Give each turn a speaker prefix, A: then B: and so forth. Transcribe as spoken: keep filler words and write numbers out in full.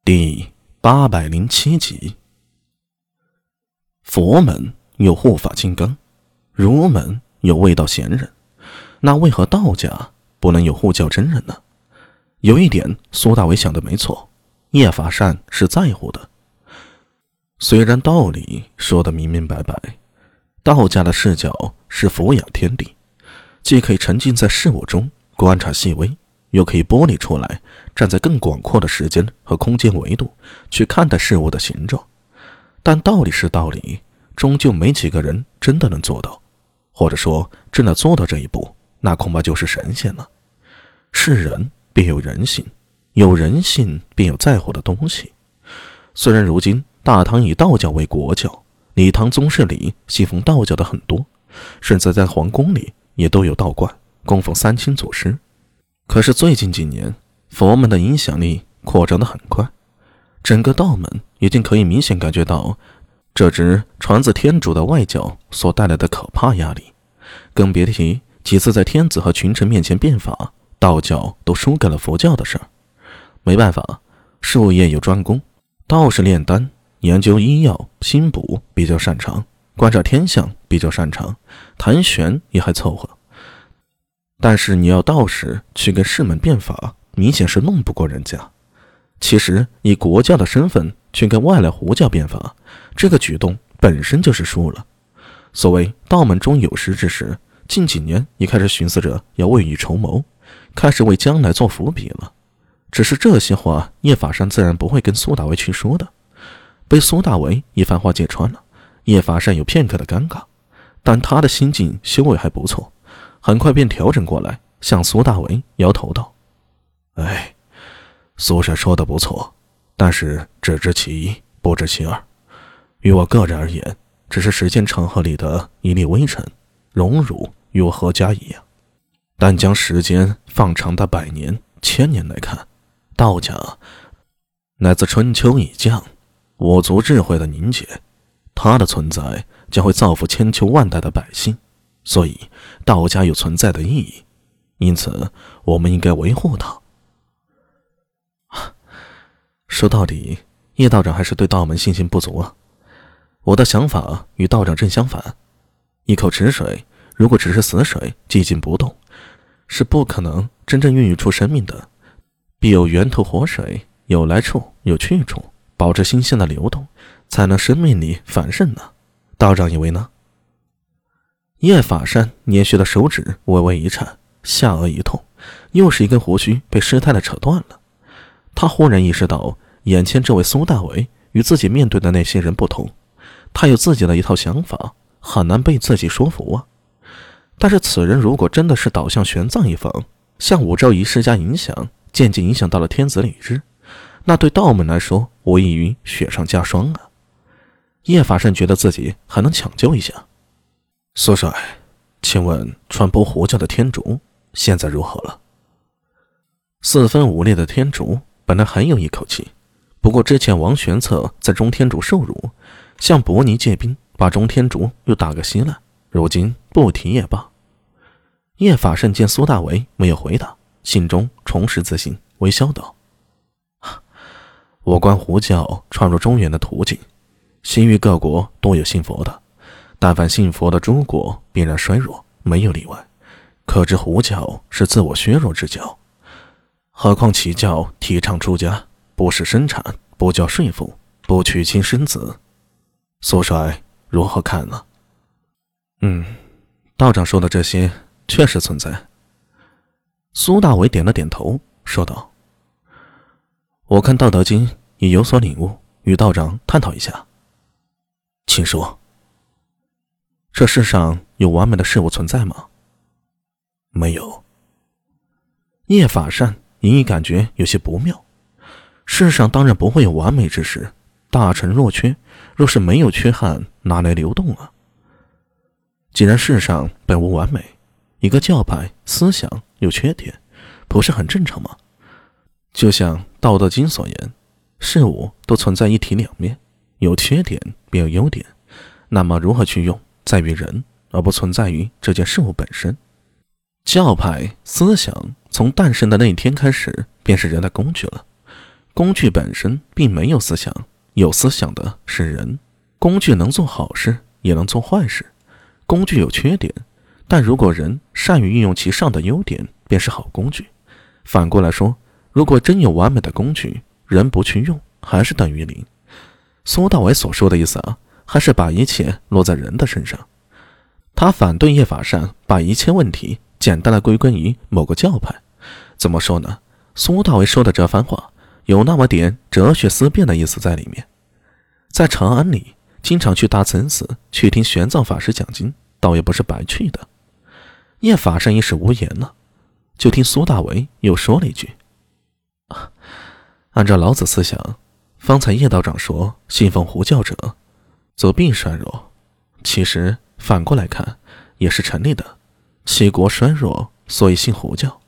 A: 第八百零七集。佛门有护法金刚，儒门有卫道贤人，那为何道家不能有护教真人呢？有一点苏大为想的没错，叶法善是在乎的。虽然道理说得明明白白，道家的视角是俯仰天地，既可以沉浸在事物中观察细微，又可以剥离出来，站在更广阔的时间和空间维度去看待事物的形状。但道理是道理，终究没几个人真的能做到，或者说真的做到这一步，那恐怕就是神仙了。是人便有人性，有人性便有在乎的东西。虽然如今大唐以道教为国教，礼堂宗室里信奉道教的很多，甚至在皇宫里也都有道观供奉三清祖师，可是最近几年佛门的影响力扩张得很快，整个道门已经可以明显感觉到这支传自天主的外教所带来的可怕压力，更别提几次在天子和群臣面前变法，道教都输给了佛教的事儿。没办法，术业有专攻，道士炼丹、研究医药、心卜比较擅长，观察天象比较擅长，谈玄也还凑合。但是你要道士去跟士门变法，明显是弄不过人家。其实以国教的身份去跟外来胡教变法，这个举动本身就是输了。所谓道门中有识之士，近几年也开始寻思着要未雨绸缪，开始为将来做伏笔了。只是这些话叶法善自然不会跟苏大为去说的，被苏大为一番话揭穿了，叶法善有片刻的尴尬，但他的心境修为还不错，很快便调整过来，向苏大为摇头道：哎，苏婶说的不错，但是只知其一，不知其二。于我个人而言，只是时间长河里的一粒微尘，荣辱与我何家一样。但将时间放长达百年、千年来看，道家乃自春秋以降，我族智慧的凝结，它的存在将会造福千秋万代的百姓，所以道家有存在的意义，因此我们应该维护它。说到底，叶道长还是对道门信心不足啊。我的想法与道长正相反，一口池水如果只是死水，寂静不动，是不可能真正孕育出生命的，必有源头活水，有来处有去处，保持新鲜的流动，才能生命力繁盛呢。道长以为呢？叶法善捏削的手指微微一颤，下颚一痛，又是一根胡须被失态的扯断了。他忽然意识到，眼前这位苏大为与自己面对的那些人不同，他有自己的一套想法，很难被自己说服啊。但是此人如果真的是倒向玄奘一方，向武昭仪施加影响，渐渐影响到了天子理智，那对道门来说无异于雪上加霜啊。叶法善觉得自己还能抢救一下。苏帅，请问传播胡教的天竺现在如何了？四分五裂的天竺本来很有一口气，不过之前王玄策在中天竺受辱，向伯尼借兵，把中天竺又打个稀烂，如今不提也罢。叶法善见苏大为没有回答，心中重拾自信，微笑道：我观胡教传入中原的途径，西域各国都有信佛的，但凡信佛的诸国必然衰弱，没有例外。可知胡教是自我削弱之教，何况其教提倡出家，不使生产，不教税赋，不娶亲生子。苏帅如何看呢？嗯，道长说的这些确实存在。苏大为点了点头，说道：我看《道德经》也有所领悟，与道长探讨一下。请说。这世上有完美的事物存在吗？没有。叶法善隐隐感觉有些不妙。世上当然不会有完美之事，大成若缺，若是没有缺憾，哪来流动啊？既然世上本无完美，一个教派思想有缺点，不是很正常吗？就像《道德经》所言，事物都存在一体两面，有缺点便有优点，那么如何去用，在于人，而不存在于这件事物本身。教派思想从诞生的那一天开始，便是人的工具了。 工具本身并没有思想，有思想的是人。工具能做好事，也能做坏事。工具有缺点，但如果人善于运用其上的优点，便是好工具。反过来说，如果真有完美的工具，人不去用，还是等于零。苏大为所说的意思啊，还是把一切落在人的身上。他反对叶法善把一切问题简单的归根于某个教派。怎么说呢？苏大为说的这番话，有那么点哲学思辨的意思在里面。在长安里，经常去大慈寺去听玄奘法师讲经，倒也不是白去的。叶法善一时无言了，就听苏大为又说了一句：啊，按照老子思想，方才叶道长说信奉胡教者则必衰弱，其实反过来看也是成立的。齐国衰弱，所以信胡教。